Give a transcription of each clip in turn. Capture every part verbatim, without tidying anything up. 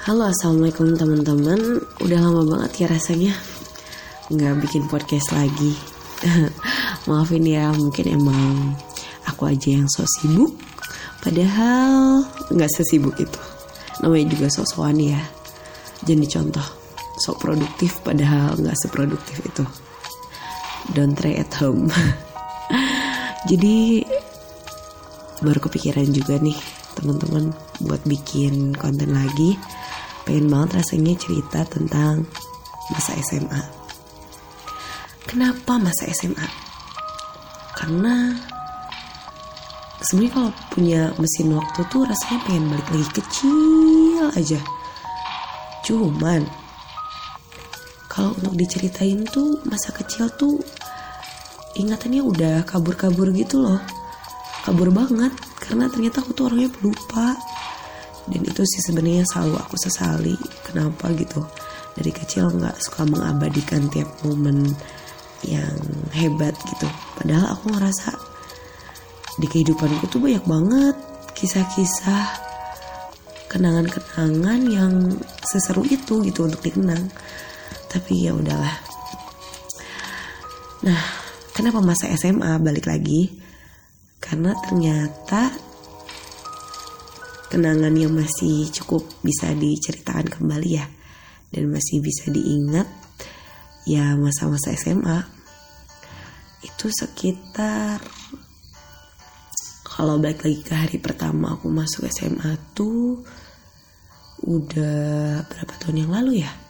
Halo, assalamualaikum teman-teman. Udah lama banget ya rasanya nggak bikin podcast lagi. Maafin ya, mungkin emang aku aja yang sok sibuk. Padahal nggak sesibuk itu. Namanya juga sok-sokan ya. Jangan dicontoh. Sok produktif padahal nggak seproduktif itu. Don't try at home. Jadi baru kepikiran juga nih teman-teman buat bikin konten lagi. Pengen banget rasanya cerita tentang masa S M A. Kenapa masa S M A? Karena sebenarnya kalau punya mesin waktu tuh rasanya pengen balik lagi kecil aja. Cuman kalau untuk diceritain tuh masa kecil tuh ingatannya udah kabur-kabur gitu loh. Kabur banget karena ternyata aku tuh orangnya pelupa. Dan itu sih sebenarnya selalu aku sesali. Kenapa gitu? Dari kecil nggak suka mengabadikan tiap momen yang hebat gitu. Padahal aku ngerasa di kehidupanku tuh banyak banget kisah-kisah, kenangan-kenangan yang seseru itu gitu untuk dikenang. Tapi ya udahlah. Nah, kenapa masa S M A balik lagi? Karena ternyata kenangan yang masih cukup bisa diceritakan kembali ya. Dan masih bisa diingat ya masa-masa S M A. Itu sekitar, kalau balik lagi ke hari pertama aku masuk S M A tuh udah berapa tahun yang lalu ya?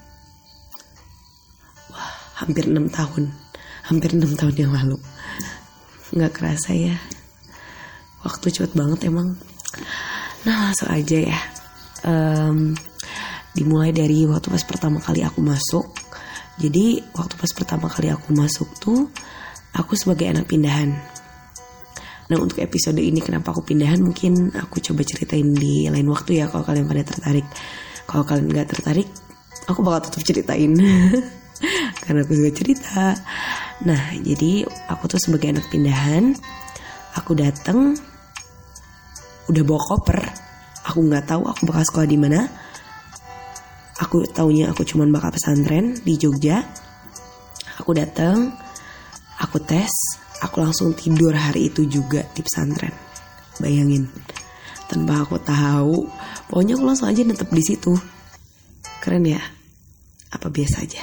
Wah, hampir enam tahun. Hampir enam tahun yang lalu. Gak kerasa ya. Waktu cepet banget emang. Nah, langsung aja ya. Um, dimulai dari waktu pas pertama kali aku masuk. Jadi waktu pas pertama kali aku masuk tuh aku sebagai anak pindahan. Nah, untuk episode ini kenapa aku pindahan mungkin aku coba ceritain di lain waktu ya kalau kalian pada tertarik. Kalau kalian gak tertarik, aku bakal tetap ceritain. Karena aku suka cerita. Nah, jadi aku tuh sebagai anak pindahan, aku datang udah bawa koper. Aku nggak tahu aku bakal sekolah di mana. Aku taunya aku cuman bakal pesantren di Jogja. Aku datang, aku tes, aku langsung tidur hari itu juga di pesantren. Bayangin, tanpa aku tahu. Pokoknya aku langsung aja netep di situ. Keren ya? Apa biasa aja?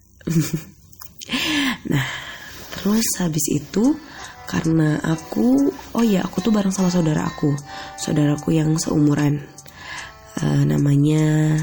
Nah, terus habis itu karena aku, oh ya aku tuh bareng sama saudara aku, saudaraku yang seumuran, uh, namanya,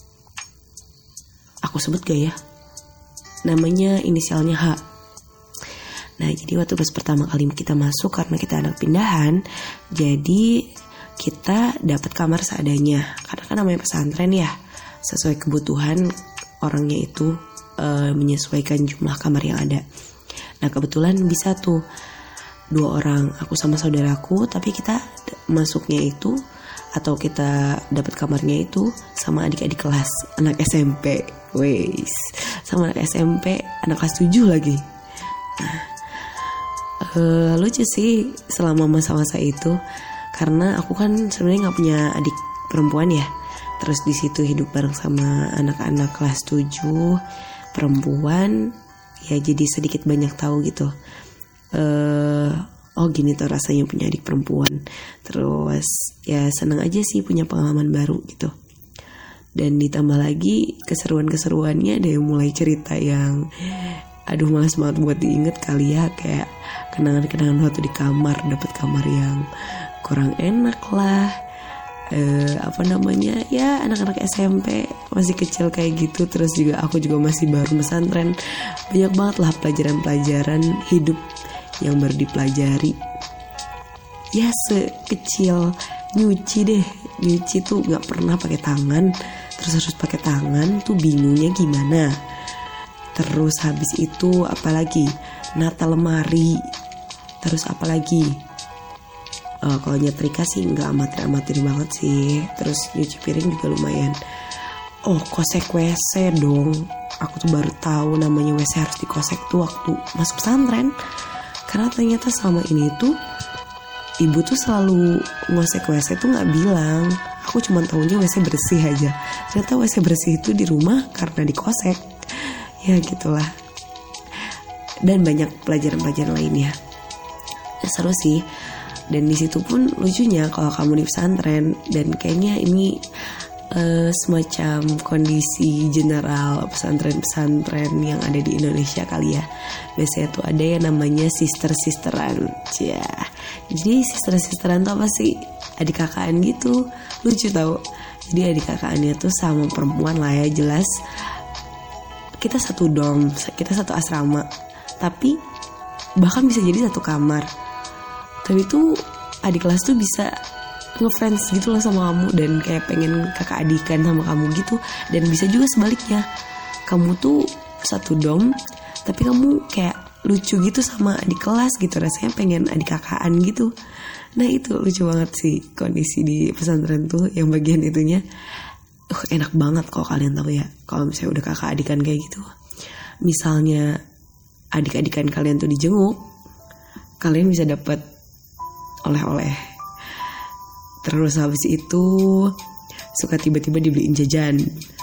aku sebut gak ya? Namanya inisialnya H. Nah, jadi waktu pas pertama kali kita masuk karena kita anak pindahan, jadi kita dapat kamar seadanya. Karena kan namanya pesantren ya, sesuai kebutuhan orangnya itu uh, menyesuaikan jumlah kamar yang ada. Nah, kebetulan bisa tuh dua orang, aku sama saudaraku, tapi kita masuknya itu atau kita dapat kamarnya itu sama adik-adik kelas, anak S M P, weis, sama anak S M P, anak kelas tujuh lagi. Nah, uh, lucu sih selama masa-masa itu, karena aku kan sebenarnya nggak punya adik perempuan ya, terus di situ hidup bareng sama anak-anak kelas tujuh perempuan, ya jadi sedikit banyak tahu gitu. Uh, oh gini tuh rasanya punya adik perempuan. Terus ya seneng aja sih punya pengalaman baru gitu. Dan ditambah lagi keseruan-keseruannya ada yang mulai cerita yang aduh malas banget buat diinget kali ya. Kayak kenangan-kenangan waktu di kamar, dapat kamar yang kurang enak lah, uh, apa namanya ya anak-anak S M P masih kecil kayak gitu. Terus juga aku juga masih baru pesantren. Banyak banget lah pelajaran-pelajaran hidup yang baru dipelajari. Ya sekecil nyuci deh. Nyuci tuh gak pernah pakai tangan, terus harus pakai tangan tuh bingungnya gimana. Terus habis itu apalagi nata lemari. Terus apalagi uh, kalau nyetrika sih gak amatir-amatir banget sih. Terus nyuci piring juga lumayan. Oh, kosek W C dong. Aku tuh baru tahu namanya W C harus dikosek tuh waktu masuk pesantren. Karena ternyata selama ini tuh ibu tuh selalu ngosek W C tuh nggak bilang. Aku cuma taunya W C bersih aja. Ternyata W C bersih itu di rumah karena dikosek. Ya gitulah. Dan banyak pelajaran-pelajaran lainnya. Ya, seru sih. Dan di situ pun lucunya kalau kamu di pesantren, dan kayaknya ini uh, semacam kondisi general pesantren-pesantren yang ada di Indonesia kali ya. Biasanya tuh ada yang namanya sister-sisteran. Ya. Jadi sister-sisteran tuh apa sih? Adik kakaan gitu. Lucu tau. Jadi adik kakaannya tuh sama perempuan lah ya, jelas. Kita satu dorm, kita satu asrama. Tapi bahkan bisa jadi satu kamar. Tapi tuh adik kelas tuh bisa ngefans gitu loh sama kamu, dan kayak pengen kakak adikan sama kamu gitu. Dan bisa juga sebaliknya, kamu tuh satu dorm tapi kamu kayak lucu gitu sama adik kelas gitu, rasanya pengen adik kakaan gitu. Nah itu lucu banget sih kondisi di pesantren tuh yang bagian itunya. Uh, enak banget kalau kalian tahu ya, kalau misalnya udah kakak adikan kayak gitu. Misalnya adik-adikan kalian tuh dijenguk, kalian bisa dapat oleh-oleh. Terus habis itu suka tiba-tiba dibeliin jajan,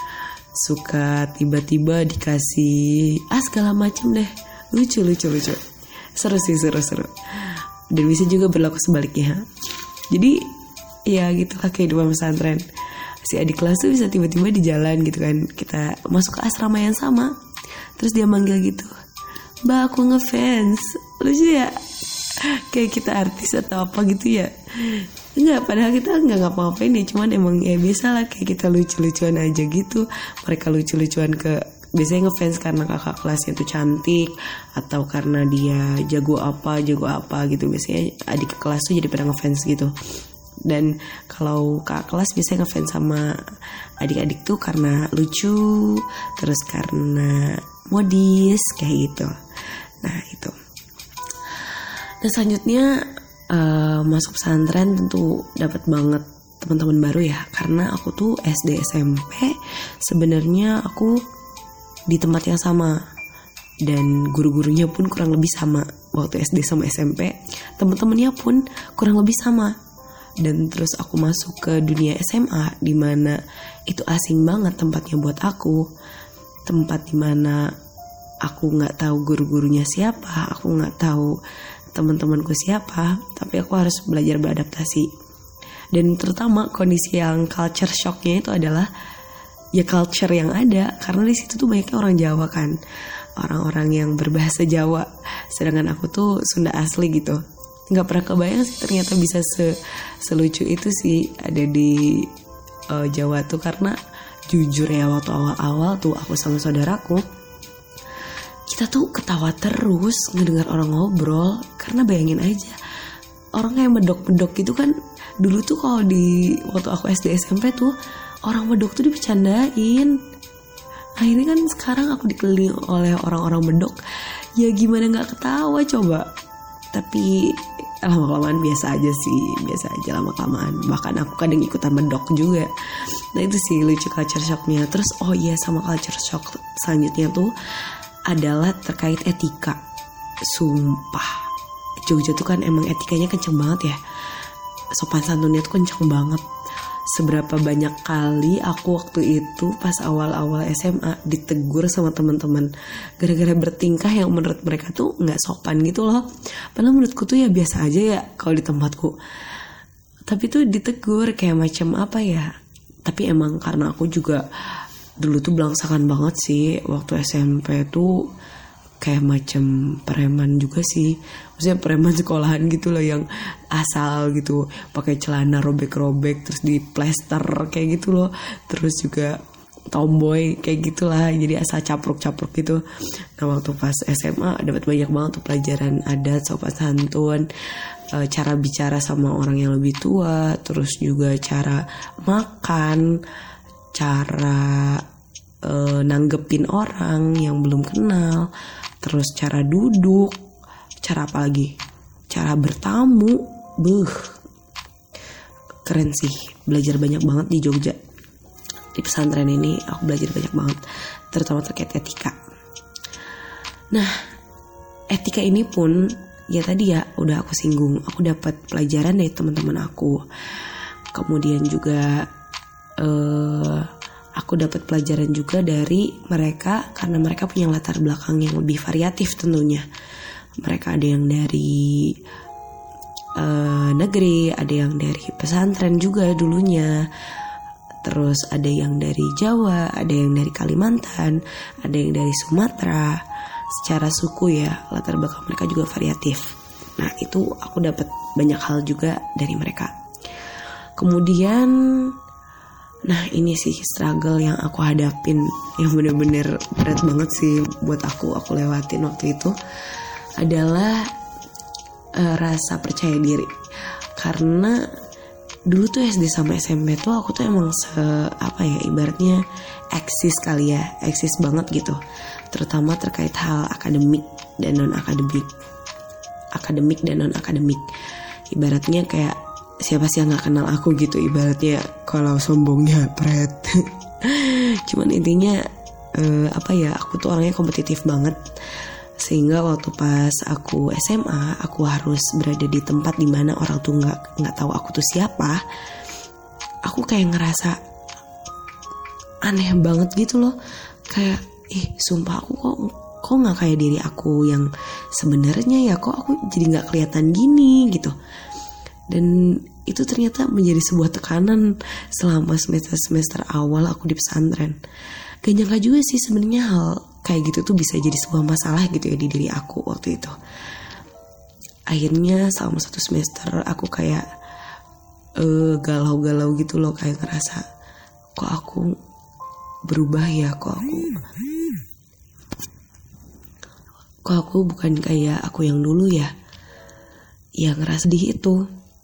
suka tiba-tiba dikasih ah segala macam deh. Lucu lucu lucu. Seru sih, seru seru. Dan bisa juga berlaku sebaliknya. Jadi ya gitulah kehidupan pesantren. Si adik kelas tuh bisa tiba-tiba di jalan gitu kan, kita masuk ke asrama yang sama, terus dia manggil gitu, "Mbak, aku ngefans." Lucu ya, kayak kita artis atau apa gitu ya. Enggak, padahal kita enggak ngapa-ngapain ya, cuman emang ya biasa lah, kayak kita lucu-lucuan aja gitu. Mereka lucu-lucuan ke, biasanya ngefans karena kakak kelasnya tuh cantik, atau karena dia jago apa, jago apa gitu. Biasanya adik kelas tuh jadi pada ngefans gitu. Dan kalau kakak kelas biasanya ngefans sama adik-adik tuh karena lucu, terus karena modis kayak gitu. Nah itu. Dan selanjutnya uh, masuk pesantren tentu dapat banget teman-teman baru ya, karena aku tuh S D S M P sebenarnya aku di tempat yang sama, dan guru-gurunya pun kurang lebih sama. Waktu S D sama S M P teman-temannya pun kurang lebih sama. Dan terus aku masuk ke dunia S M A, dimana itu asing banget tempatnya buat aku, tempat dimana aku nggak tahu guru-gurunya siapa, aku nggak tahu teman-temanku siapa, tapi aku harus belajar beradaptasi. Dan terutama kondisi yang culture shocknya itu adalah ya culture yang ada, karena di situ tuh banyaknya orang Jawa kan, orang-orang yang berbahasa Jawa, sedangkan aku tuh Sunda asli gitu. Nggak pernah kebayang sih ternyata bisa se selucu itu sih ada di uh, Jawa tuh, karena jujur ya waktu awal-awal tuh aku sama saudaraku, kita tuh ketawa terus ngedengar orang ngobrol, karena bayangin aja orang kayak medok-medok gitu kan. Dulu tuh kalau di waktu aku S D S M P tuh orang medok tuh dibercandain. Akhirnya kan sekarang aku dikelilingi oleh orang-orang medok, ya gimana nggak ketawa coba. Tapi lama-kelamaan biasa aja sih, biasa aja lama-kelamaan. Bahkan aku kadang ikutan medok juga. Nah itu sih lucu culture shocknya. Terus oh iya, sama culture shock selanjutnya tuh adalah terkait etika. Sumpah, Jogja tuh kan emang etikanya kenceng banget ya. Sopan santunnya tuh kenceng banget. Seberapa banyak kali aku waktu itu pas awal-awal S M A ditegur sama teman-teman gara-gara bertingkah yang menurut mereka tuh nggak sopan gitu loh. Padahal menurutku tuh ya biasa aja ya kalau di tempatku. Tapi tuh ditegur kayak macam apa ya. Tapi emang karena aku juga dulu tuh belangsakan banget sih waktu S M P tuh, kayak macam preman juga sih. Maksudnya preman sekolahan gitu loh, yang asal gitu, pakai celana robek-robek terus di plester kayak gitu loh. Terus juga tomboy kayak gitulah, jadi asal capruk-capruk gitu. Nah waktu pas S M A dapat banyak banget tuh pelajaran adat, sopan santun, e, cara bicara sama orang yang lebih tua, terus juga cara makan, cara e, nanggepin orang yang belum kenal, terus cara duduk, cara apa lagi, cara bertamu. Beuh, keren sih, belajar banyak banget di Jogja. Di pesantren ini aku belajar banyak banget, terutama terkait etika. Nah, etika ini pun ya tadi ya udah aku singgung, aku dapat pelajaran dari teman-teman aku. Kemudian juga uh, aku dapat pelajaran juga dari mereka karena mereka punya latar belakang yang lebih variatif tentunya. Mereka ada yang dari uh, negeri, ada yang dari pesantren juga dulunya. Terus ada yang dari Jawa, ada yang dari Kalimantan, ada yang dari Sumatera. Secara suku ya, latar belakang mereka juga variatif. Nah itu aku dapat banyak hal juga dari mereka. Kemudian, nah ini sih struggle yang aku hadapin, yang bener-bener berat banget sih buat aku, aku lewatin waktu itu, adalah uh, rasa percaya diri. Karena dulu tuh S D sama S M P tuh aku tuh emang se apa ya ibaratnya eksis kali ya, eksis banget gitu, terutama terkait hal akademik dan non akademik, akademik dan non akademik. Ibaratnya kayak siapa sih yang nggak kenal aku gitu, ibaratnya kalau sombongnya pret. Cuman intinya uh, apa ya, aku tuh orangnya kompetitif banget. Sehingga waktu pas aku S M A, aku harus berada di tempat dimana orang tuh nggak nggak tahu aku tuh siapa. Aku kayak ngerasa aneh banget gitu loh. Kayak, ih sumpah aku kok kok nggak kayak diri aku yang sebenarnya ya, kok aku jadi nggak kelihatan gini gitu. Dan itu ternyata menjadi sebuah tekanan selama semester-semester awal aku di pesantren. Gak nyangka juga sih sebenarnya hal kayak gitu tuh bisa jadi sebuah masalah gitu ya di diri aku waktu itu. Akhirnya selama satu semester aku kayak uh, galau-galau gitu loh, kayak ngerasa kok aku berubah ya, kok aku kok aku bukan kayak aku yang dulu ya. Ya ngerasa sedih itu.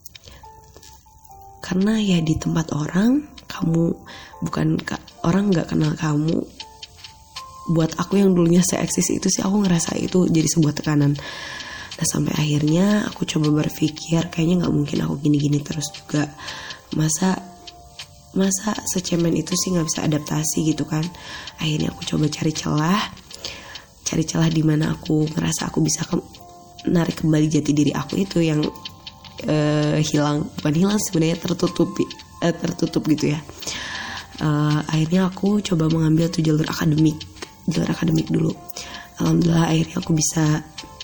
Karena ya di tempat orang, kamu bukan orang nggak kenal kamu. Buat aku yang dulunya se-eksis itu sih, aku ngerasa itu jadi sebuah tekanan. Nah sampai akhirnya aku coba berpikir kayaknya nggak mungkin aku gini-gini terus juga. Masa masa secemen itu sih nggak bisa adaptasi gitu kan. Akhirnya aku coba cari celah, cari celah di mana aku ngerasa aku bisa ke- narik kembali jati diri aku itu yang uh, hilang, bukan hilang sebenarnya, tertutup, uh, tertutup gitu ya. Uh, akhirnya aku coba mengambil tuh jalur akademik, jalur akademik dulu. Alhamdulillah akhirnya aku bisa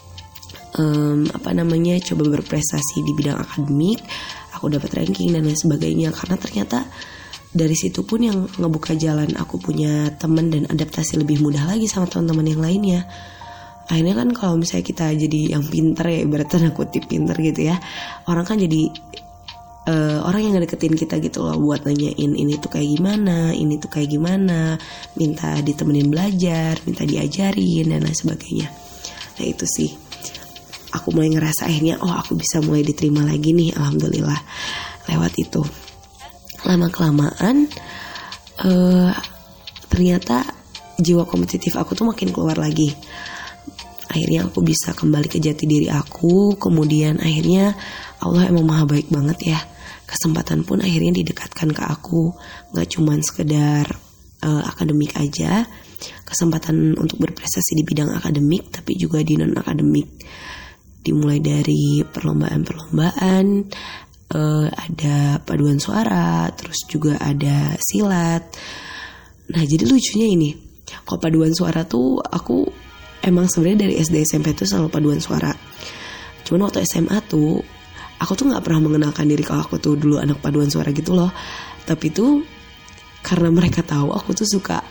um, apa namanya coba berprestasi di bidang akademik. Aku dapat ranking dan lain sebagainya. Karena ternyata dari situ pun yang ngebuka jalan aku punya teman dan adaptasi lebih mudah lagi sama teman-teman yang lainnya. Akhirnya kan kalau misalnya kita jadi yang pinter ya, ibaratnya kutip pinter gitu ya, orang kan jadi uh, orang yang ngedeketin kita gitu loh, buat nanyain ini tuh kayak gimana, ini tuh kayak gimana, minta ditemenin belajar, minta diajarin dan lain sebagainya. Nah itu sih aku mulai ngerasa akhirnya oh aku bisa mulai diterima lagi nih, alhamdulillah lewat itu. Lama kelamaan uh, ternyata jiwa kompetitif aku tuh makin keluar lagi. Akhirnya aku bisa kembali ke jati diri aku. Kemudian akhirnya Allah emang maha baik banget ya, kesempatan pun akhirnya didekatkan ke aku. Gak cuman sekedar uh, akademik aja, kesempatan untuk berprestasi di bidang akademik, tapi juga di non akademik. Dimulai dari perlombaan-perlombaan, uh, ada paduan suara, terus juga ada silat. Nah jadi lucunya ini, kalau paduan suara tuh aku emang sebenarnya dari S D S M P tuh selalu paduan suara. Cuman waktu S M A tuh aku tuh nggak pernah mengenalkan diri kalau aku tuh dulu anak paduan suara gitu loh. Tapi tuh karena mereka tahu aku tuh suka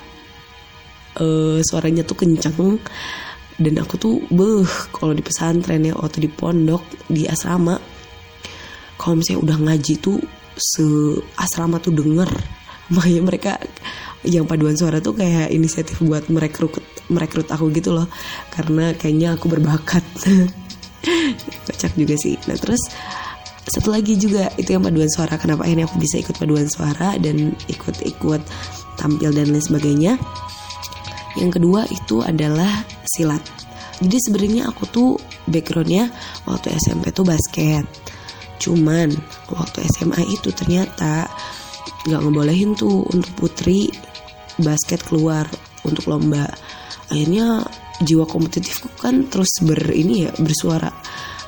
uh, suaranya tuh kenceng, dan aku tuh beh kalau di pesantren ya, waktu di pondok di asrama, kalau misalnya udah ngaji tuh se asrama tuh denger. Makanya mereka yang paduan suara tuh kayak inisiatif buat merekrut merekrut aku gitu loh, karena kayaknya aku berbakat. Kocak juga sih. Nah terus satu lagi juga itu yang paduan suara. Kenapa akhirnya aku bisa ikut paduan suara dan ikut-ikut tampil dan lain sebagainya. Yang kedua itu adalah silat. Jadi sebenarnya aku tuh backgroundnya waktu S M P tuh basket. Cuman waktu S M A itu ternyata gak ngebolehin tuh untuk putri basket keluar untuk lomba. Akhirnya jiwa kompetitifku kan terus ber ini ya bersuara.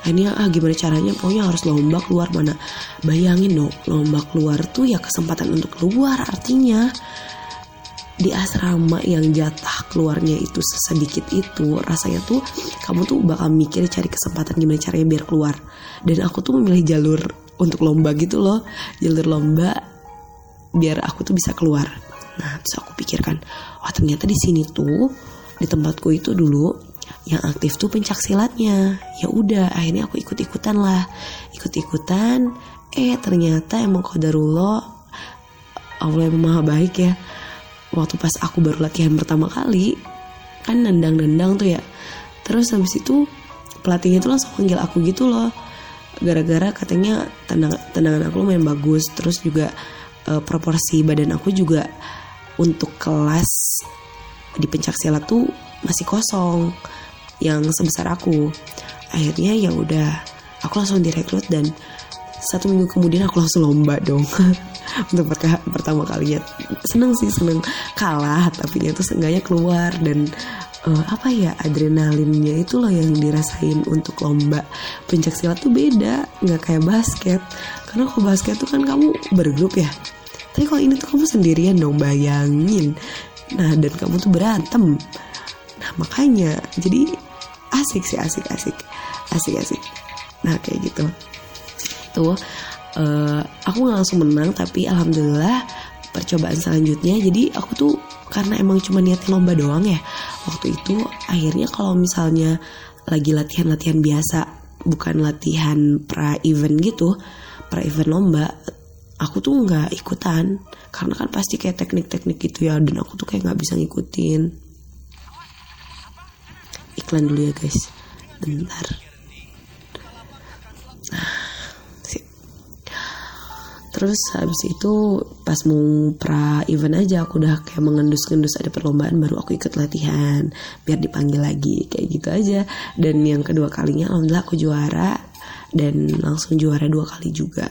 Akhirnya ah gimana caranya, pokoknya harus lomba keluar. Mana bayangin dong, lomba keluar tuh ya kesempatan untuk keluar. Artinya di asrama yang jatah keluarnya itu sesedikit itu, rasanya tuh kamu tuh bakal mikir cari kesempatan gimana caranya biar keluar. Dan aku tuh memilih jalur untuk lomba gitu loh, jalur lomba biar aku tuh bisa keluar. Nah terus aku pikirkan, wah ternyata di sini tuh di tempatku itu dulu yang aktif tuh pencak silatnya. Ya udah, akhirnya aku ikut-ikutan lah, ikut-ikutan. Eh ternyata emang qadarullah, Allah yang maha baik ya. Waktu pas aku baru latihan pertama kali, kan nendang-nendang tuh ya. Terus habis itu pelatihnya tuh langsung panggil aku gitu loh. Gara-gara katanya tenang, tendangan aku lumayan bagus. Terus juga e, proporsi badan aku juga untuk kelas di pencak silat tuh masih kosong yang sebesar aku. Akhirnya ya udah, aku langsung direkrut dan satu minggu kemudian aku langsung lomba dong. Untuk pertama kalinya. Seneng sih, seneng kalah, tapi itu seenggaknya keluar. Dan uh, apa ya, adrenalinnya itu loh yang dirasain untuk lomba pencak silat tuh beda, nggak kayak basket. Karena kalau basket tuh kan kamu bergrup ya, tapi kalau ini tuh kamu sendirian dong, bayangin. Nah dan kamu tuh berantem. Nah makanya jadi asik sih, asik asik asik asik. Nah kayak gitu tuh. Uh, aku gak langsung menang, tapi alhamdulillah percobaan selanjutnya. Jadi aku tuh karena emang cuma niatin lomba doang ya waktu itu, akhirnya kalau misalnya lagi latihan-latihan biasa, bukan latihan pra-event gitu, pra-event lomba, aku tuh gak ikutan. Karena kan pasti kayak teknik-teknik gitu ya, dan aku tuh kayak gak bisa ngikutin. Iklan dulu ya guys, bentar. Terus habis itu pas mau pra event aja aku udah kayak mengendus-endus ada perlombaan, baru aku ikut latihan biar dipanggil lagi, kayak gitu aja. Dan yang kedua kalinya alhamdulillah aku juara, dan langsung juara dua kali juga.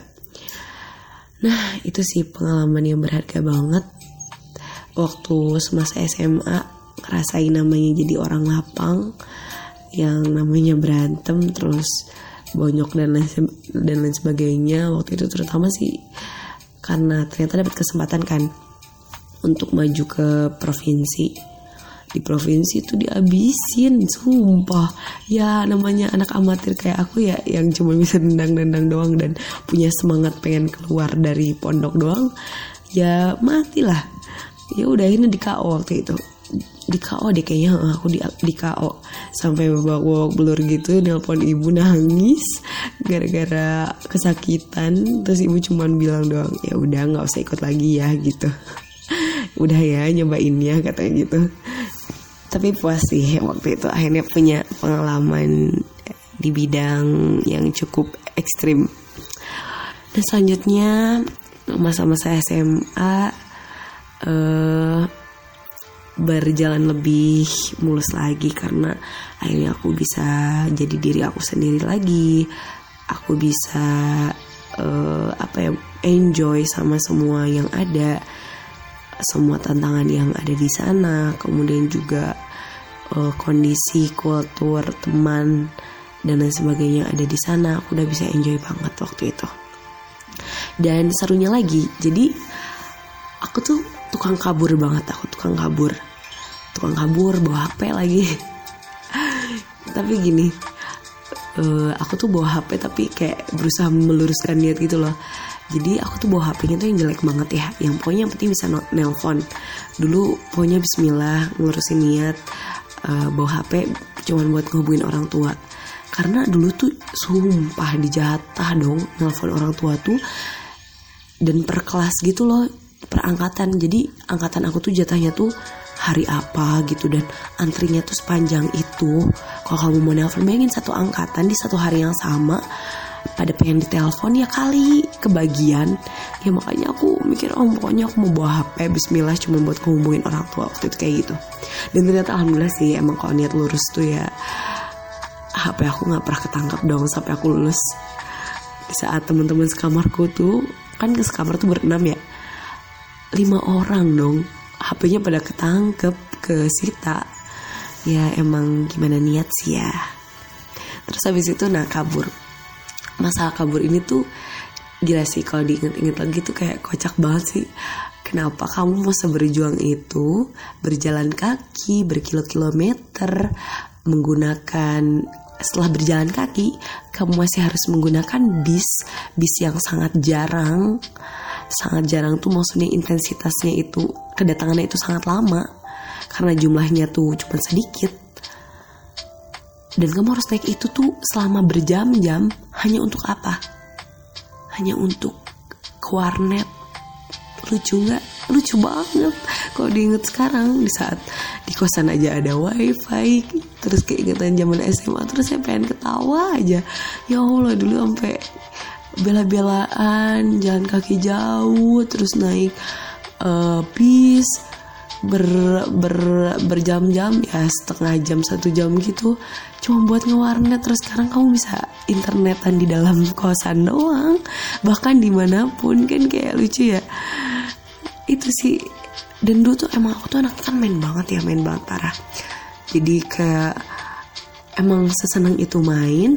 Nah itu sih pengalaman yang berharga banget waktu semasa S M A, ngerasain namanya jadi orang lapang, yang namanya berantem terus bonyok dan lain dan lain sebagainya. Waktu itu terutama sih karena ternyata dapat kesempatan kan untuk maju ke provinsi. Di provinsi itu dihabisin, sumpah. Ya namanya anak amatir kayak aku ya, yang cuma bisa nendang-nendang doang dan punya semangat pengen keluar dari pondok doang, ya matilah. Ya udah ini di K O waktu itu. Di K O deh kayaknya, aku di, di K O sampai babak-babak belur gitu, nelpon ibu nangis gara-gara kesakitan. Terus ibu cuman bilang doang, ya udah nggak usah ikut lagi ya gitu. Udah ya nyobainnya katanya gitu. Tapi puas sih waktu itu, akhirnya punya pengalaman di bidang yang cukup ekstrim. Dan selanjutnya masa-masa S M A uh, berjalan lebih mulus lagi karena akhirnya aku bisa jadi diri aku sendiri lagi. Aku bisa uh, apa ya, enjoy sama semua yang ada, semua tantangan yang ada di sana. Kemudian juga uh, kondisi, kultur, teman dan lain sebagainya ada di sana. Aku udah bisa enjoy banget waktu itu. Dan serunya lagi, jadi aku tuh tukang kabur banget, aku tukang kabur, tukang kabur bawa H P lagi. Tapi gini, uh, aku tuh bawa H P tapi kayak berusaha meluruskan niat gitu loh. Jadi aku tuh bawa H P-nya tuh yang jelek banget ya, yang pokoknya yang penting bisa no- nelpon. Dulu pokoknya bismillah ngurusin niat, uh, bawa H P cuman buat ngehubungin orang tua. Karena dulu tuh sumpah dijatah dong nelpon orang tua tuh, dan per kelas gitu loh, per angkatan. Jadi angkatan aku tuh jatahnya tuh hari apa gitu, dan antrinya tuh sepanjang itu. Kalau kamu mau nelpon, bayangin satu angkatan di satu hari yang sama pada pengen ditelepon, ya kali kebagian. Ya makanya aku mikir, oh pokoknya aku mau bawa H P bismillah cuma buat ngehubungin orang tua waktu itu, kayak gitu. Dan ternyata alhamdulillah sih, emang kalau niat lurus tuh ya H P aku gak pernah ketangkap dong sampai aku lulus. Di saat teman-teman sekamarku tuh, kan ke sekamar tuh berenam ya, lima orang dong H P-nya pada ketangkep, ke sita. Ya emang gimana niat sih ya. Terus Terus habis itu nah kabur. Masalah kabur ini tuh gila sih, kalau diinget-inget lagi tuh kayak kocak banget sih. Kenapa kamu mau seberjuang itu, berjalan kaki berkilo-kilometer, menggunakan, setelah berjalan kaki kamu masih harus menggunakan bis, bis yang sangat jarang. Sangat jarang tuh maksudnya intensitasnya itu, kedatangannya itu sangat lama karena jumlahnya tuh cuma sedikit. Dan kamu harus naik itu tuh selama berjam-jam. Hanya untuk apa? Hanya untuk ke warnet. Lucu gak? Lucu banget kalau diinget sekarang. Di saat di kosan aja ada wifi, terus keingetan zaman S M A, terus saya pengen ketawa aja. Ya Allah, dulu sampai bela-belaan jalan kaki jauh, terus naik uh, bis ber, ber, berjam-jam, ya setengah jam, satu jam gitu, cuma buat ngewarnet. Terus sekarang kamu bisa internetan di dalam kosan doang, bahkan dimanapun, kan kayak lucu ya. Itu sih. Dan dulu tuh emang aku tuh anak kan main banget ya, main banget parah. Jadi kayak emang sesenang itu main,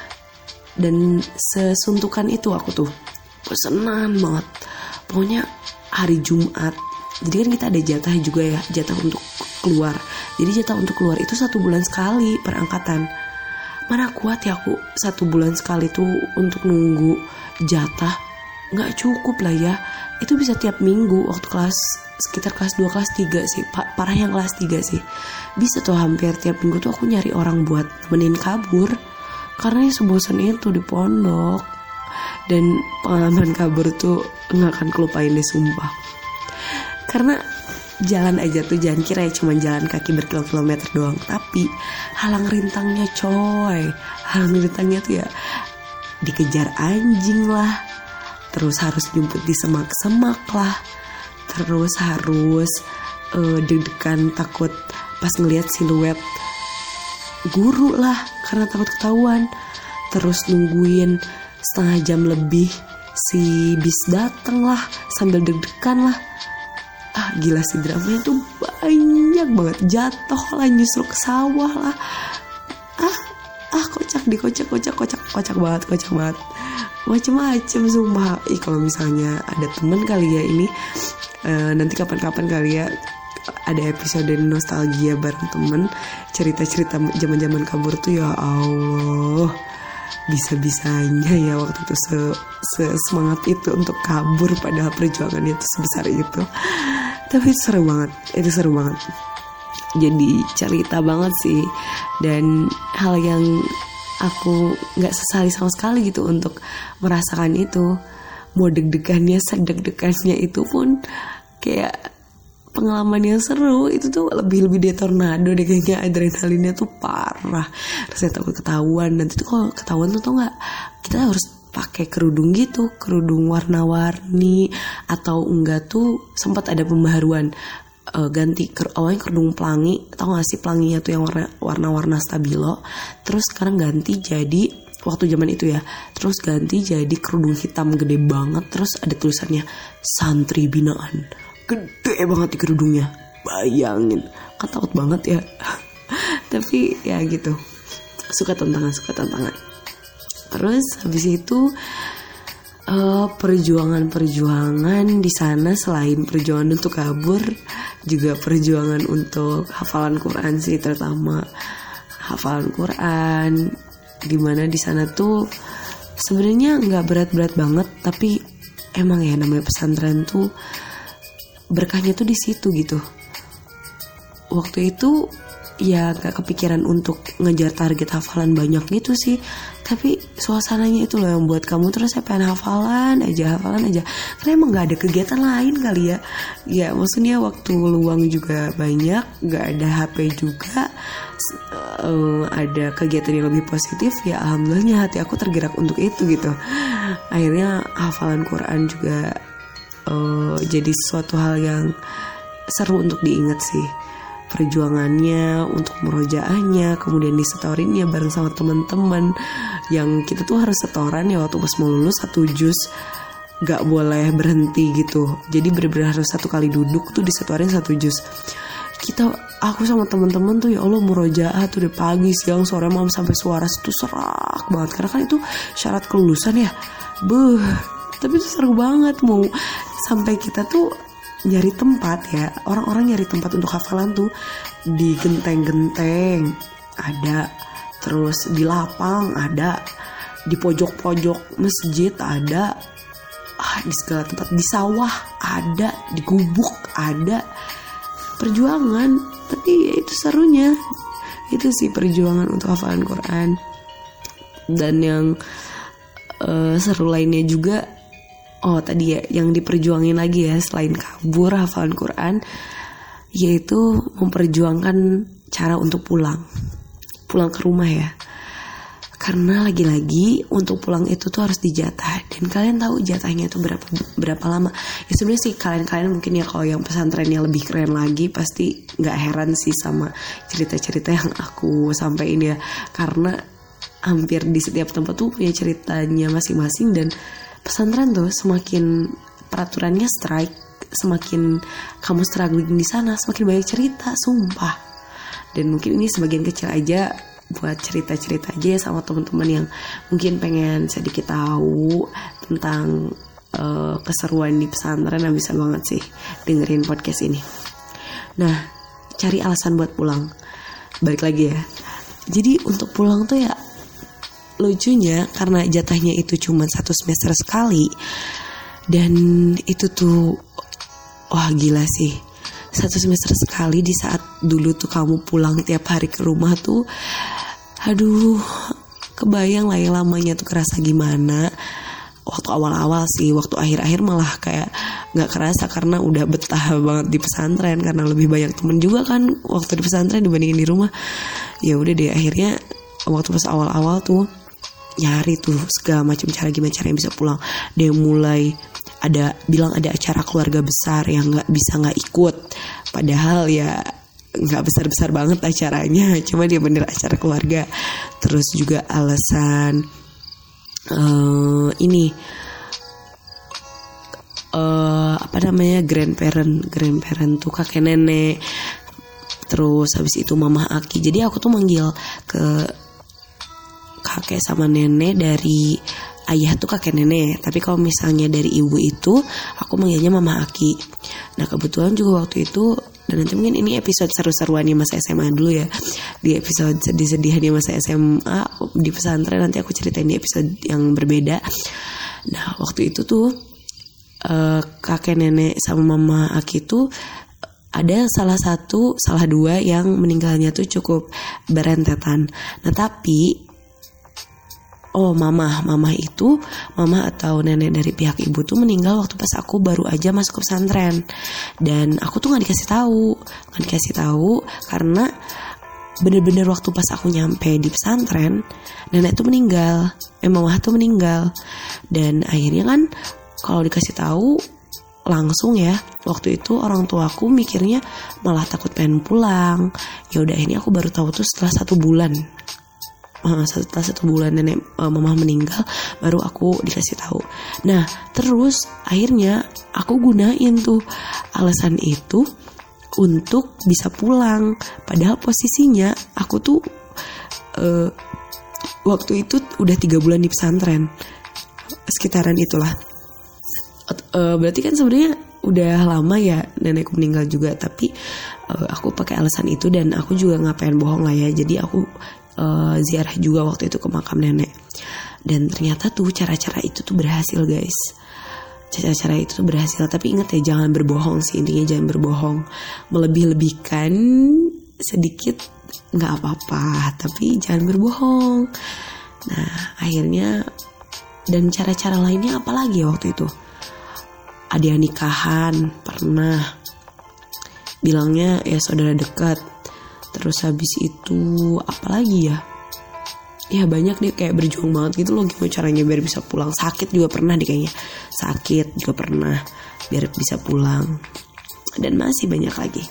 dan sesuntukan itu aku tuh senang banget. Pokoknya hari Jumat, jadi kan kita ada jatah juga ya, jatah untuk keluar. Jadi jatah untuk keluar itu satu bulan sekali perangkatan. Mana kuat ya aku satu bulan sekali tuh untuk nunggu jatah. Gak cukup lah ya. Itu bisa tiap minggu waktu kelas, sekitar kelas dua, kelas tiga sih, parah yang kelas tiga sih. Bisa tuh hampir tiap minggu tuh aku nyari orang buat nemenin kabur, karena ya sebosan itu di pondok. Dan pengalaman kabur tuh gak akan kelupain deh, sumpah. Karena jalan aja tuh, jangan kira ya cuma jalan kaki berkilo-kilometer doang, tapi halang rintangnya coy. Halang rintangnya tuh ya dikejar anjing lah, terus harus jemput di semak-semak lah, terus harus uh, deg-degan takut pas ngelihat siluet guru lah karena takut ketahuan, terus nungguin setengah jam lebih si bis dateng lah sambil deg-degan lah. Ah gila sih, dramanya tuh banyak banget. Jatuh lah, nyusul ke sawah lah. Ah ah kocak di kocak kocak kocak kocak banget, kocak banget. Macem-macem sumpah. Ih kalau misalnya ada temen kali ya ini, uh, nanti kapan-kapan kali ya ada episode nostalgia bareng temen, cerita-cerita zaman-zaman kabur tuh. Ya Allah, bisa-bisanya ya waktu itu se, se semangat itu untuk kabur, padahal perjuangannya itu sebesar itu. Tapi itu seru banget, itu seru banget. Jadi cerita banget sih, dan hal yang aku gak sesali sama sekali gitu untuk merasakan itu. Mau deg-degannya, sedeg-degannya itu pun kayak pengalaman yang seru. Itu tuh lebih-lebih dari tornado deh kayaknya, adrenalinnya tuh parah. Rasanya takut ketahuan. Nanti tuh kalau ketahuan tuh tau gak, kita harus pakai kerudung gitu, kerudung warna-warni, atau enggak tuh sempat ada pembaharuan. Uh, ganti ker, awalnya kerudung pelangi, tau gak sih pelanginya tuh yang warna warna-warna stabilo, terus sekarang ganti jadi, waktu zaman itu ya, terus ganti jadi kerudung hitam gede banget, terus ada tulisannya santri binaan, gede banget di kerudungnya, bayangin, kan takut banget ya. Tapi ya gitu, suka tantangan, suka tantangan. Terus habis itu Uh, perjuangan-perjuangan di sana, selain perjuangan untuk kabur, juga perjuangan untuk hafalan Quran sih, terutama hafalan Quran. Dimana di sana tuh sebenarnya nggak berat-berat banget, tapi emang ya namanya pesantren tuh berkahnya tuh di situ gitu. Waktu itu ya gak kepikiran untuk ngejar target hafalan banyak gitu sih, tapi suasananya itu loh yang buat kamu terus saya pengen hafalan aja, hafalan aja. Karena emang gak ada kegiatan lain kali ya. Ya maksudnya waktu luang juga banyak, gak ada H P juga, uh, ada kegiatan yang lebih positif. Ya alhamdulillahnya hati aku tergerak untuk itu gitu. Akhirnya hafalan Quran juga uh, jadi suatu hal yang seru untuk diingat sih. Perjuangannya untuk merojaahnya, kemudian disetorinnya bareng sama teman-teman yang kita tuh harus setoran ya waktu pas mau lulus satu juz, gak boleh berhenti gitu. Jadi bener-bener harus satu kali duduk tuh disetorin satu juz. kita, aku sama teman-teman tuh ya Allah murojaah tuh dari pagi, siang, sore, malam sampai suara itu serak banget karena kan itu syarat kelulusan ya. Beuh, tapi itu seru banget, mau sampai kita tuh nyari tempat ya, orang-orang nyari tempat untuk hafalan tuh di genteng-genteng ada, terus di lapang ada, di pojok-pojok masjid ada, ah, di segala tempat, di sawah ada, di gubuk ada. Perjuangan, tapi ya itu serunya. Itu sih perjuangan untuk hafalan Quran. Dan yang uh, seru lainnya juga, oh tadi ya yang diperjuangin lagi ya selain kabur hafalan Quran, yaitu memperjuangkan cara untuk pulang pulang ke rumah ya. Karena lagi-lagi untuk pulang itu tuh harus dijatah, dan kalian tahu jatahnya itu berapa berapa lama. Ya sebenarnya sih kalian-kalian mungkin ya kalau yang pesantrennya lebih keren lagi pasti nggak heran sih sama cerita-cerita yang aku sampaikan ya, karena hampir di setiap tempat tuh punya ceritanya masing-masing. Dan pesantren tuh semakin peraturannya strike, semakin kamu struggling di sana, semakin banyak cerita, sumpah. Dan mungkin ini sebagian kecil aja buat cerita-cerita aja ya sama teman-teman yang mungkin pengen sedikit tahu tentang uh, keseruan di pesantren. Nah, bisa banget sih dengerin podcast ini. Nah, cari alasan buat pulang. Balik lagi ya. Jadi untuk pulang tuh ya lucunya karena jatahnya itu cuma satu semester sekali, dan itu tuh wah gila sih. Satu semester sekali, di saat dulu tuh kamu pulang tiap hari ke rumah tuh, aduh, kebayang lah ya lamanya tuh kerasa gimana. Waktu awal-awal sih, waktu akhir-akhir malah kayak gak kerasa karena udah betah banget di pesantren, karena lebih banyak temen juga kan waktu di pesantren dibandingin di rumah. Ya udah deh, akhirnya waktu pas awal-awal tuh nyari tuh segala macam cara gimana caranya bisa pulang. Dia mulai ada bilang ada acara keluarga besar yang nggak bisa nggak ikut, padahal ya nggak besar-besar banget acaranya, cuma dia bener acara keluarga. Terus juga alasan uh, ini uh, apa namanya grandparent grandparent tuh kakek nenek. Terus habis itu mama Aki, jadi aku tuh manggil ke kakek sama nenek dari ayah tuh kakek nenek, tapi kalau misalnya dari ibu itu aku manggilnya mama Aki. Nah kebetulan juga waktu itu, dan nanti mungkin ini episode seru-seruannya masa S M A dulu ya, di episode sedih-sedihannya masa S M A di pesantren nanti aku ceritain di episode yang berbeda. Nah waktu itu tuh uh, kakek nenek sama mama Aki tuh ada salah satu, salah dua yang meninggalnya tuh cukup berentetan. Nah tapi Oh mama, mama itu, mama atau nenek dari pihak ibu tuh meninggal waktu pas aku baru aja masuk ke pesantren. Dan aku tuh gak dikasih tahu, gak dikasih tahu karena bener-bener waktu pas aku nyampe di pesantren, nenek tuh meninggal, eh mama tuh meninggal. Dan akhirnya kan kalau dikasih tahu langsung ya, waktu itu orang tua aku mikirnya malah takut pengen pulang. Ya udah ini aku baru tahu tuh setelah satu bulan. Uh, setelah satu bulan nenek uh, mama meninggal baru aku dikasih tahu. Nah terus akhirnya aku gunain tuh alasan itu untuk bisa pulang, padahal posisinya aku tuh uh, waktu itu udah tiga bulan di pesantren, sekitaran itulah. Uh, berarti kan sebenarnya udah lama ya nenekku meninggal juga, tapi uh, aku pakai alasan itu dan aku juga nggak pengen bohong lah ya, jadi aku Uh, ziarah juga waktu itu ke makam nenek. Dan ternyata tuh cara-cara itu tuh berhasil guys. Cara-cara itu tuh berhasil. Tapi ingat ya jangan berbohong sih, intinya jangan berbohong. Melebih-lebihkan sedikit gak apa-apa, tapi jangan berbohong. Nah akhirnya, dan cara-cara lainnya apa lagi ya waktu itu. Ada yang nikahan, pernah bilangnya ya saudara dekat. Terus habis itu apalagi ya, ya banyak deh, kayak berjuang banget gitu loh gimana caranya biar bisa pulang. Sakit juga pernah deh kayaknya, sakit juga pernah biar bisa pulang, dan masih banyak lagi.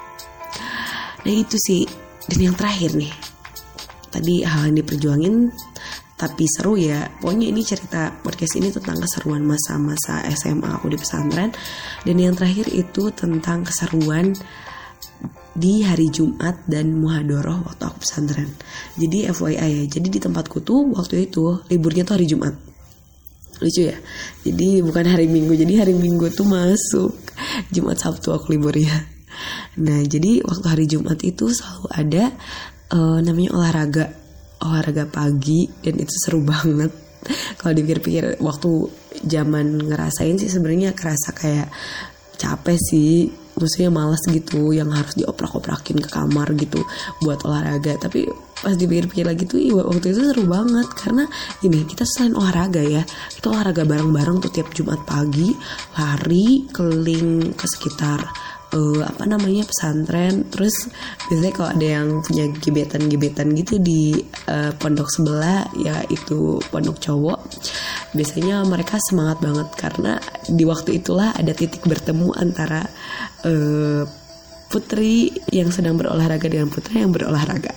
Nah itu sih. Dan yang terakhir nih, tadi hal yang diperjuangin tapi seru ya. Pokoknya ini cerita podcast ini tentang keseruan masa-masa S M A aku di pesantren. Dan yang terakhir itu tentang keseruan di hari Jumat dan muhadoroh waktu aku pesantren. Jadi F Y I ya, jadi di tempatku tuh waktu itu liburnya tuh hari Jumat. Lucu ya, jadi bukan hari Minggu, jadi hari Minggu tuh masuk, Jumat Sabtu aku libur ya. Nah jadi waktu hari Jumat itu selalu ada uh, namanya olahraga olahraga pagi, dan itu seru banget. Kalau dipikir-pikir waktu zaman ngerasain sih sebenarnya kerasa kayak capek sih, maksudnya malas gitu yang harus dioprak-oprakin ke kamar gitu buat olahraga. Tapi pas dipikir-pikir lagi tuh iya, waktu itu seru banget karena ini kita selain olahraga ya, kita olahraga bareng-bareng tuh tiap Jumat pagi, lari keliling ke sekitar uh, apa namanya pesantren. Terus biasanya kalau ada yang punya gebetan-gebetan gitu di uh, pondok sebelah, ya itu pondok cowok, biasanya mereka semangat banget karena di waktu itulah ada titik bertemu antara uh, putri yang sedang berolahraga dengan putra yang berolahraga.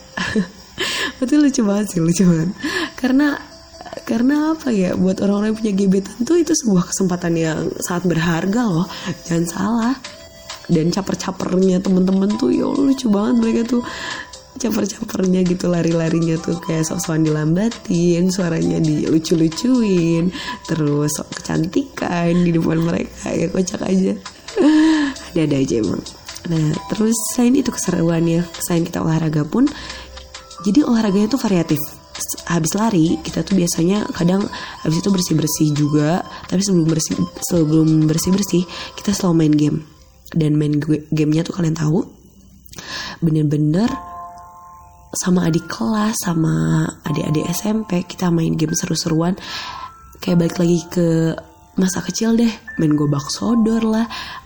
Itu lucu banget sih, lucu banget. Karena karena apa ya, buat orang-orang yang punya gebetan tuh itu sebuah kesempatan yang sangat berharga loh, jangan salah. Dan caper-capernya temen-temen tuh ya lucu banget, mereka tuh caper-capernya gitu, lari-larinya tuh kayak sok-sokan dilambatin, suaranya dilucu-lucuin, terus sok kecantikan di depan mereka, ya kocak aja. Ada-ada aja emang. Nah terus selain itu keseruannya, selain kita olahraga pun, jadi olahraganya tuh variatif. Habis lari kita tuh biasanya kadang habis itu bersih-bersih juga, tapi sebelum bersih sebelum bersih-bersih kita selalu main game. Dan main gamenya tuh kalian tahu, bener-bener sama adik kelas, sama adik-adik S M P kita main game seru-seruan, kayak balik lagi ke masa kecil deh. Main gobak sodor lah,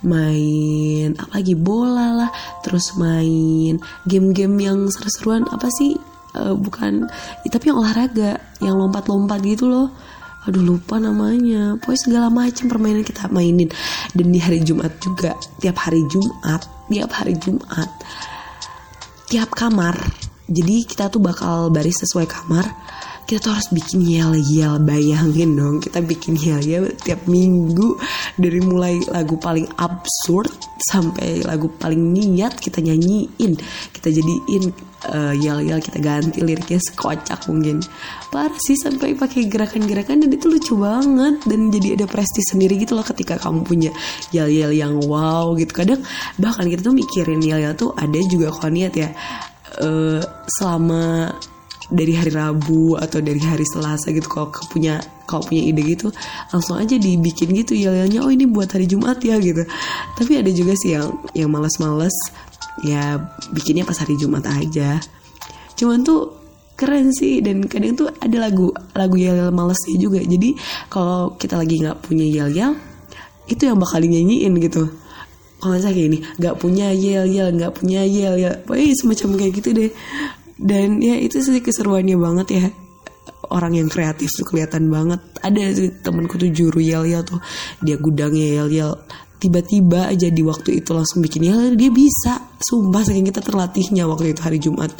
main apa lagi, bola lah, terus main game-game yang seru-seruan apa sih, uh, bukan ya, tapi yang olahraga, yang lompat-lompat gitu loh. Aduh lupa namanya. Pokoknya segala macam permainan kita mainin. Dan di hari Jumat juga, tiap hari Jumat, tiap hari Jumat, tiap kamar. Jadi kita tuh bakal baris sesuai kamar. Kita tuh harus bikin yel-yel. Bayangin dong, kita bikin yel-yel tiap minggu. Dari mulai lagu paling absurd sampai lagu paling niat kita nyanyiin. Kita jadiin uh, yel-yel, kita ganti liriknya sekocak mungkin. Parah sih, sampai pakai gerakan-gerakan, dan itu lucu banget. Dan jadi ada prestis sendiri gitu loh ketika kamu punya yel-yel yang wow gitu. Kadang bahkan kita tuh mikirin yel-yel tuh ada juga kalau niat ya, uh, selama dari hari Rabu atau dari hari Selasa gitu, kalau punya kalau punya ide gitu langsung aja dibikin gitu yel-yelnya, oh ini buat hari Jumat ya gitu. Tapi ada juga sih yang yang malas-malas ya bikinnya pas hari Jumat aja. Cuman tuh keren sih, dan kadang tuh ada lagu lagu yel-yel malesnya juga. Jadi kalau kita lagi nggak punya yel-yel, itu yang bakal dinyanyiin gitu. Kalau misalnya kayak ini, nggak punya yel-yel, nggak punya yel-yel, pokoknya semacam kayak gitu deh. Dan ya itu sih keseruannya banget ya. Orang yang kreatif tuh kelihatan banget. Ada sih temanku tuh juru yel-yel tuh, dia gudangnya yel-yel. Tiba-tiba aja di waktu itu langsung bikin yel, dia bisa. Sumpah saking kita terlatihnya waktu itu hari Jumat.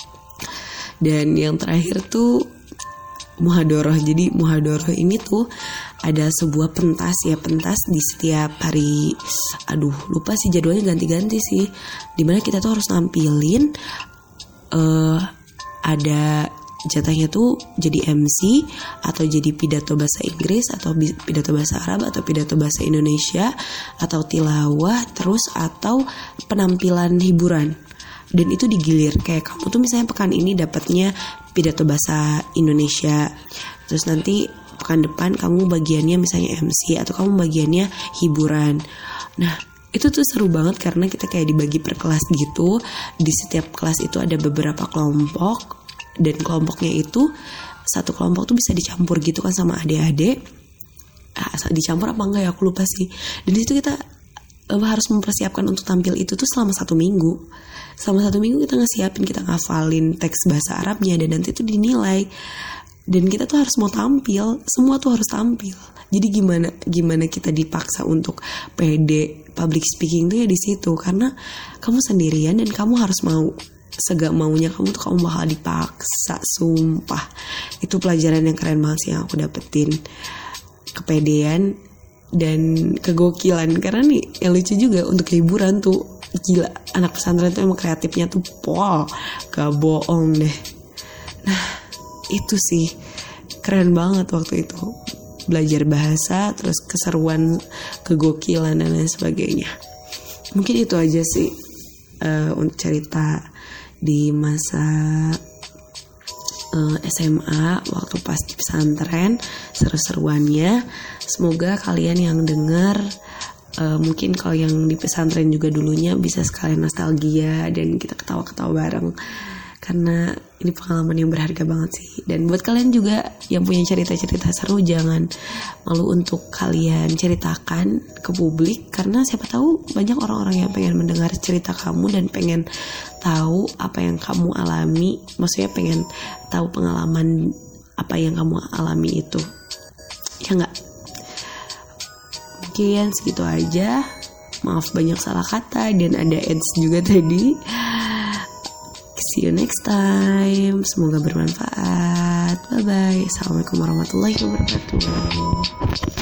Dan yang terakhir tuh muhadoroh. Jadi muhadoroh ini tuh ada sebuah pentas ya, pentas di setiap hari. Aduh lupa sih jadwalnya, ganti-ganti sih. Dimana kita tuh harus nampilin uh, ada jatahnya tuh jadi M C atau jadi pidato bahasa Inggris atau pidato bahasa Arab atau pidato bahasa Indonesia atau tilawah, terus atau penampilan hiburan. Dan itu digilir, kayak kamu tuh misalnya pekan ini dapatnya pidato bahasa Indonesia, terus nanti pekan depan kamu bagiannya misalnya M C atau kamu bagiannya hiburan. Nah itu tuh seru banget karena kita kayak dibagi per kelas gitu. Di setiap kelas itu ada beberapa kelompok, dan kelompoknya itu satu kelompok tuh bisa dicampur gitu kan sama adik-adik. Ah, dicampur apa enggak ya aku lupa sih. Dan di situ kita uh, harus mempersiapkan untuk tampil itu tuh selama satu minggu. Selama satu minggu kita ngesiapin, kita ngafalin teks bahasa Arabnya, dan nanti itu dinilai. Dan kita tuh harus mau tampil, semua tuh harus tampil. Jadi gimana gimana kita dipaksa untuk pede public speaking tuh ya di situ, karena kamu sendirian dan kamu harus mau. Segak maunya kamu tuh kamu bakal dipaksa, sumpah. Itu pelajaran yang keren banget sih yang aku dapetin. Kepedean dan kegokilan. Karena nih yang lucu juga untuk hiburan tuh gila, anak pesantren tuh emang kreatifnya tuh pol, gak bohong deh. Nah itu sih keren banget waktu itu, belajar bahasa, terus keseruan, kegokilan dan lain sebagainya. Mungkin itu aja sih uh, untuk cerita di masa uh, S M A waktu pas di pesantren, seru-seruannya. Semoga kalian yang dengar, uh, mungkin kalau yang di pesantren juga dulunya bisa sekalian nostalgia dan kita ketawa-ketawa bareng, karena ini pengalaman yang berharga banget sih. Dan buat kalian juga yang punya cerita-cerita seru, jangan malu untuk kalian ceritakan ke publik, karena siapa tahu banyak orang-orang yang pengen mendengar cerita kamu dan pengen tahu apa yang kamu alami. Maksudnya pengen tahu pengalaman apa yang kamu alami itu, ya nggak? Mungkin segitu aja. Maaf banyak salah kata dan ada ads juga tadi. See you next time. Semoga bermanfaat. Bye bye. Assalamualaikum warahmatullahi wabarakatuh.